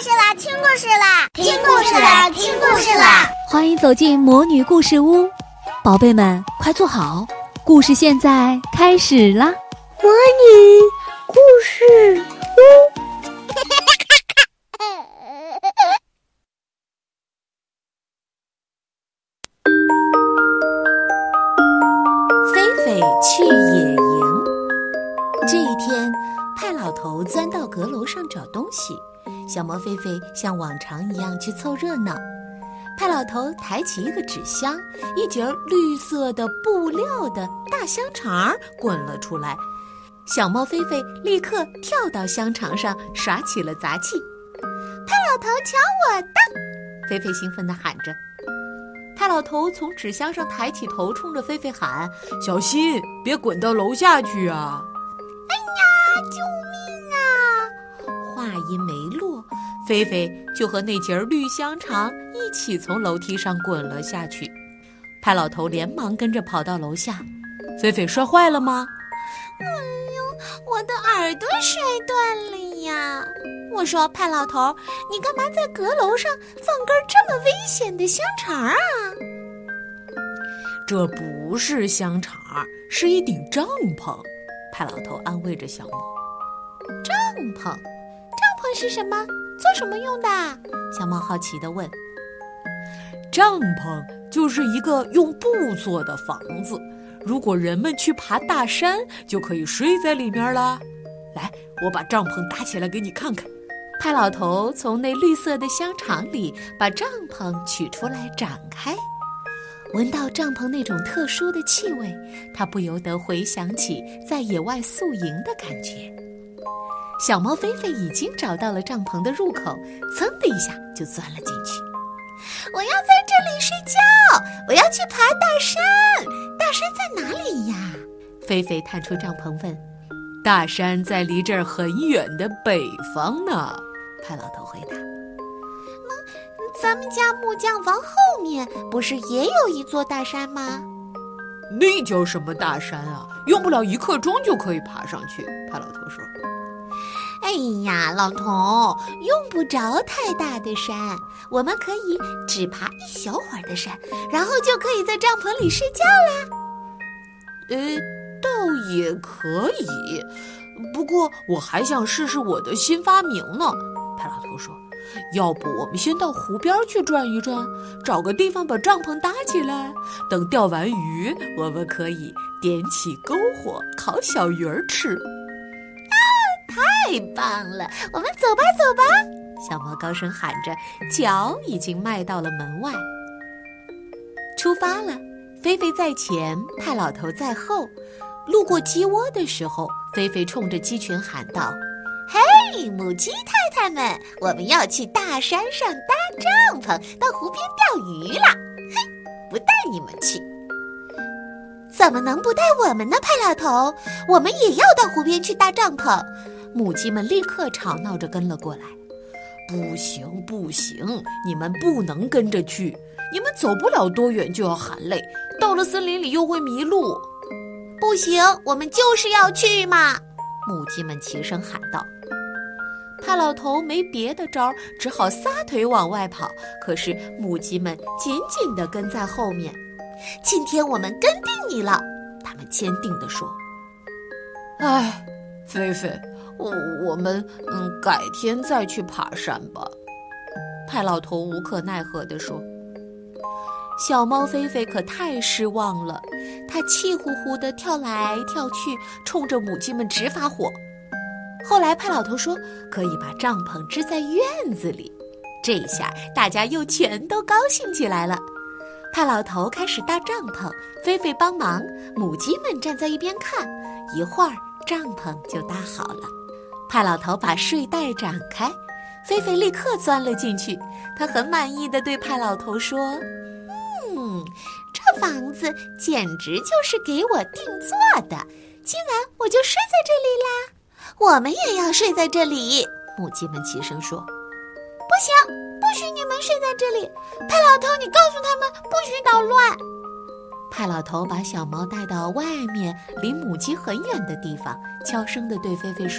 事啦，听故事啦，听故事啦，听故事啦！ 欢迎走进魔女故事屋，宝贝们快坐好，故事现在开始啦！ 魔女故事屋。 菲菲去野营。这一天，派老头钻到阁楼上找东西，小猫菲菲像往常一样去凑热闹。派老头抬起一个纸箱，一截绿色的布料的大香肠滚了出来，小猫菲菲立刻跳到香肠上耍起了杂技。派老头，瞧我的！菲菲兴奋地喊着。派老头从纸箱上抬起头，冲着菲菲喊：小心别滚到楼下去啊！哎呀，救命啊！话音没落，菲菲就和那截绿香肠一起从楼梯上滚了下去。派老头连忙跟着跑到楼下。菲菲摔坏了吗？ 哎呦，我的耳朵摔断了呀！我说，派老头，你干嘛在阁楼上放根这么危险的香肠啊？ 这不是香肠，是一顶帐篷。派老头安慰着小猫。 帐篷是什么？做什么用的？ 小猫好奇地问。帐篷就是一个用布做的房子，如果人们去爬大山，就可以睡在里面了。来，我把帐篷搭起来给你看看。派老头从那绿色的香肠里把帐篷取出来展开，闻到帐篷那种特殊的气味，他不由得回想起在野外宿营的感觉。小猫菲菲已经找到了帐篷的入口，噌的一下就钻了进去。 我要在这里睡觉，我要去爬大山。大山在哪里呀？ 菲菲探出帐篷问。大山在离这儿很远的北方呢，派老头回答。 咱们家木匠房后面不是也有一座大山吗？ 那叫什么大山啊？用不了1刻钟就可以爬上去，派老头说。 哎呀，老头，用不着太大的山，我们可以只爬一小会儿的山，然后就可以在帐篷里睡觉啦。 倒也可以，不过我还想试试我的新发明呢，派老头说。要不我们先到湖边去转一转，找个地方把帐篷搭起来，等钓完鱼，我们可以点起篝火烤小鱼儿吃。 太棒了，我们走吧走吧！ 小猫高声喊着，脚已经迈到了门外。出发了，菲菲在前，派老头在后。路过鸡窝的时候，菲菲冲着鸡群喊道： 嘿，母鸡太太们，我们要去大山上搭帐篷，到湖边钓鱼啦！嘿，不带你们去。怎么能不带我们呢，派老头？我们也要到湖边去搭帐篷。 母鸡们立刻吵闹着跟了过来。不行不行，你们不能跟着去，你们走不了多远就要喊累，到了森林里又会迷路。 不行，我们就是要去嘛！ 母鸡们齐声喊道。派老头没别的招，只好撒腿往外跑，可是母鸡们紧紧地跟在后面。 今天我们跟定你了， 他们坚定地说。哎，菲菲，我们改天再去爬山吧。派老头无可奈何地说。小猫菲菲可太失望了，它气呼呼地跳来跳去，冲着母鸡们直发火。后来派老头说可以把帐篷支在院子里，这下大家又全都高兴起来了。派老头开始搭帐篷，菲菲帮忙，母鸡们站在一边看，一会儿帐篷就搭好了。派老头把睡袋展开，菲菲立刻钻了进去。她很满意地对派老头说： 这房子简直就是给我定做的，今晚我就睡在这里啦。我们也要睡在这里， 母鸡们齐声说。 不行，不许你们睡在这里！派老头，你告诉他们不许捣乱。 派老头把小猫带到外面离母鸡很远的地方，悄声地对菲菲说：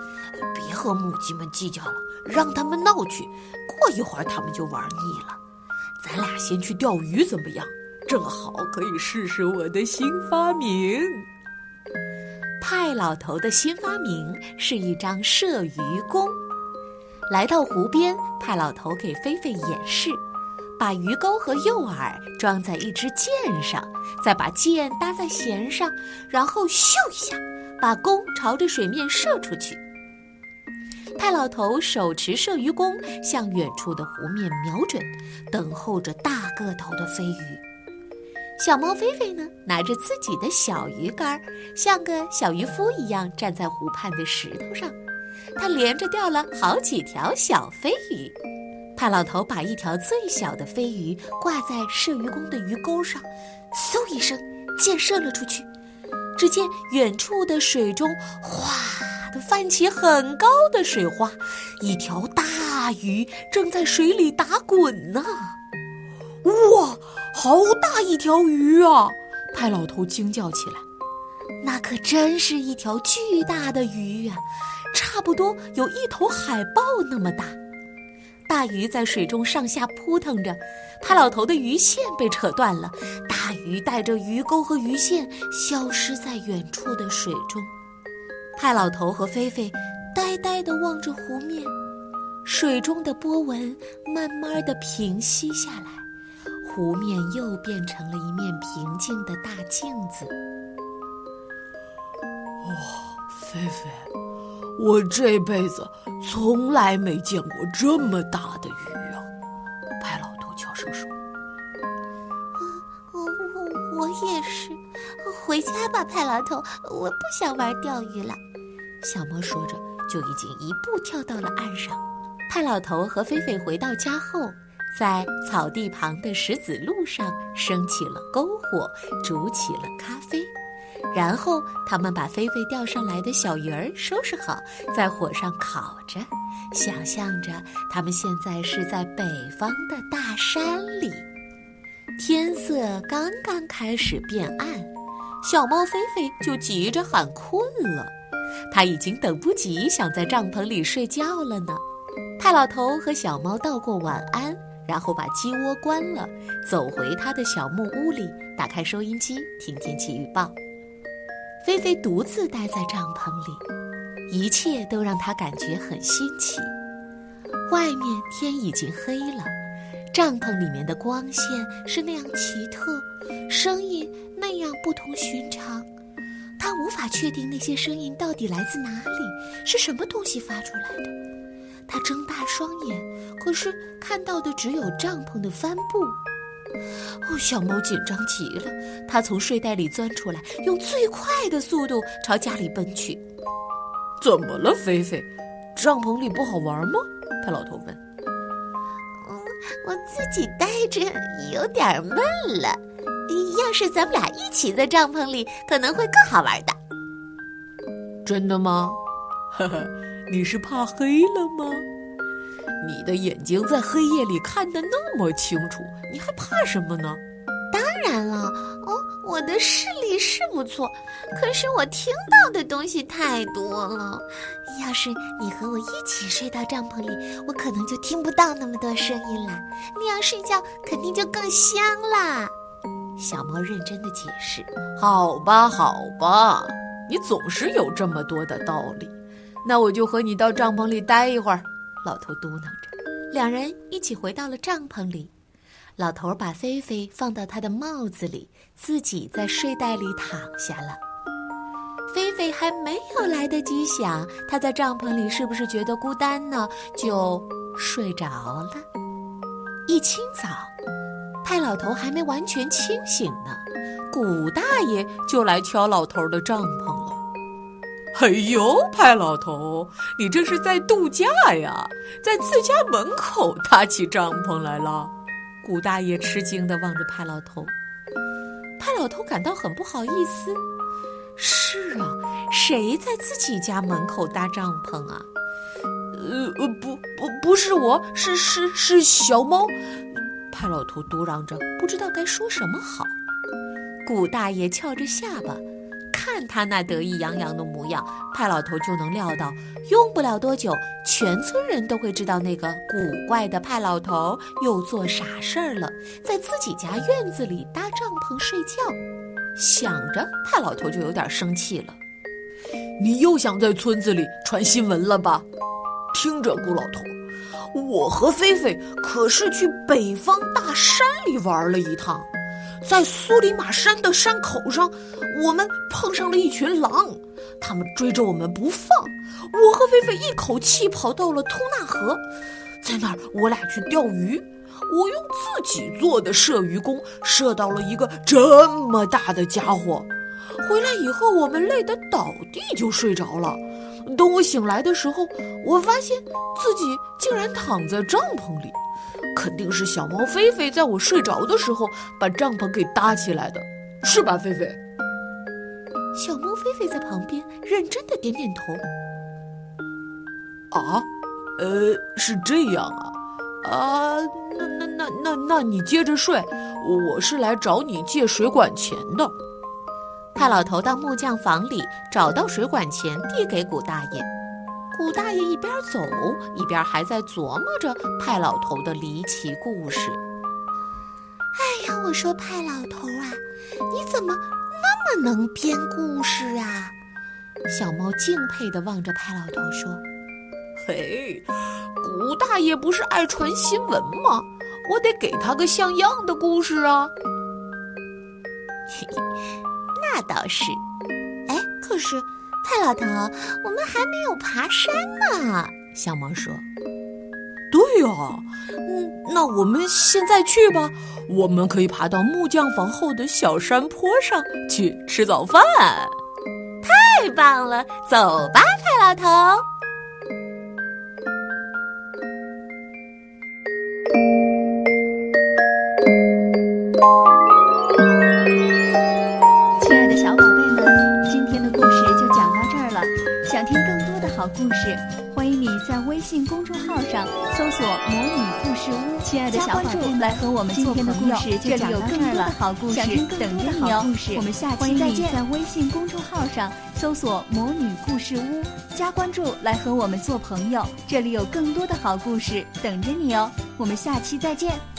别和母鸡们计较了，让他们闹去，过一会儿他们就玩腻了。咱俩先去钓鱼怎么样？正好可以试试我的新发明。 派老头的新发明是一张射鱼弓。来到湖边，派老头给菲菲演示，把鱼钩和诱饵装在一支箭上，再把箭搭在弦上，然后咻一下，把弓朝着水面射出去。派老头手持射鱼弓，向远处的湖面瞄准，等候着大个头的飞鱼。小猫菲菲呢，拿着自己的小鱼竿，像个小渔夫一样站在湖畔的石头上。它连着钓了好几条小飞鱼。派老头把一条最小的飞鱼挂在射鱼弓的鱼钩上，嗖一声，箭射了出去。只见远处的水中哗地泛起很高的水花，一条大鱼正在水里打滚呢。 哇，好大一条鱼啊！派老头惊叫起来。 那可真是一条巨大的鱼啊，差不多有一头海豹那么大。大鱼在水中上下扑腾着，派老头的鱼线被扯断了，大鱼带着鱼钩和鱼线消失在远处的水中。派老头和菲菲呆呆地望着湖面，水中的波纹慢慢地平息下来，湖面又变成了一面平静的大镜子。 菲菲，我这辈子从来没见过这么大的鱼啊！派老头悄声说。 我也是，回家吧，派老头，我不想玩钓鱼了。 小猫说着，就已经一步跳到了岸上。派老头和菲菲回到家后，在草地旁的石子路上升起了篝火，煮起了咖啡。然后他们把菲菲钓上来的小鱼儿收拾好，在火上烤着，想象着他们现在是在北方的大山里。天色刚刚开始变暗，小猫菲菲就急着喊困了，它已经等不及想在帐篷里睡觉了呢。派老头和小猫道过晚安，然后把鸡窝关了，走回他的小木屋里，打开收音机听天气预报。菲菲独自待在帐篷里，一切都让她感觉很新奇。外面天已经黑了，帐篷里面的光线是那样奇特，声音那样不同寻常。她无法确定那些声音到底来自哪里，是什么东西发出来的。她睁大双眼，可是看到的只有帐篷的帆布。小猫紧张极了，它从睡袋里钻出来，用最快的速度朝家里奔去。 怎么了，菲菲？帐篷里不好玩吗？派老头问。 我自己待着有点闷了，要是咱们俩一起在帐篷里，可能会更好玩的。 真的吗？呵呵，你是怕黑了吗？你的眼睛在黑夜里看得那么清楚，你还怕什么呢？ 当然了，我的视力是不错，可是我听到的东西太多了。要是你和我一起睡到帐篷里，我可能就听不到那么多声音了，那样睡觉肯定就更香啦。 小猫认真地解释。 好吧，好吧，你总是有这么多的道理。那我就和你到帐篷里待一会儿。老头嘟囔着。 两人一起回到了帐篷里，老头把菲菲放到他的帽子里，自己在睡袋里躺下了。菲菲还没有来得及想他在帐篷里是不是觉得孤单呢，就睡着了。一清早，派老头还没完全清醒呢，古大爷就来敲老头的帐篷了。 哎呦，派老头，你这是在度假呀？在自家门口搭起帐篷来了？ 古大爷吃惊地望着派老头。派老头感到很不好意思。是啊，谁在自己家门口搭帐篷啊？ 不是我，是小猫。 派老头嘟囔着，不知道该说什么好。古大爷翘着下巴，咔看他那得意洋洋的模样，派老头就能料到，用不了多久，全村人都会知道那个古怪的派老头又做傻事儿了，在自己家院子里搭帐篷睡觉。想着，派老头就有点生气了。 你又想在村子里传新闻了吧？听着，古老头，我和菲菲可是去北方大山里玩了一趟，在苏里马山的山口上，我们碰上了一群狼，他们追着我们不放，我和菲菲一口气跑到了通纳河，在那儿我俩去钓鱼，我用自己做的射鱼弓射到了一个这么大的家伙，回来以后我们累得倒地就睡着了。等我醒来的时候，我发现自己竟然躺在帐篷里，肯定是小猫菲菲在我睡着的时候把帐篷给搭起来的，是吧，菲菲？ 小猫菲菲在旁边认真的点点头。 啊，是这样啊，那你接着睡，我是来找你借水管钱的。 派老头到木匠房里找到水管钱，递给古大爷。古大爷一边走一边还在琢磨着派老头的离奇故事。 哎呀，我说派老头啊，你怎么那么能编故事啊？ 小猫敬佩地望着派老头说： 嘿，古大爷不是爱传新闻吗？我得给他个像样的故事啊。 那倒是。哎，可是派老头，我们还没有爬山呢。 小猫说： 对啊，那我们现在去吧，我们可以爬到木匠房后的小山坡上去吃早饭。 太棒了，走吧，派老头。 亲爱的小宝贝们，今天的故事就讲到这儿了。想听更多的好故事，欢迎你在微信公众号上搜索“魔女故事屋”。亲爱的小宝贝们，来和我们做朋友。这里有更多的好故事等着你哦。我们下期再见。在微信公众号上搜索“魔女故事屋”，加关注，来和我们做朋友。这里有更多的好故事等着你哦。我们下期再见。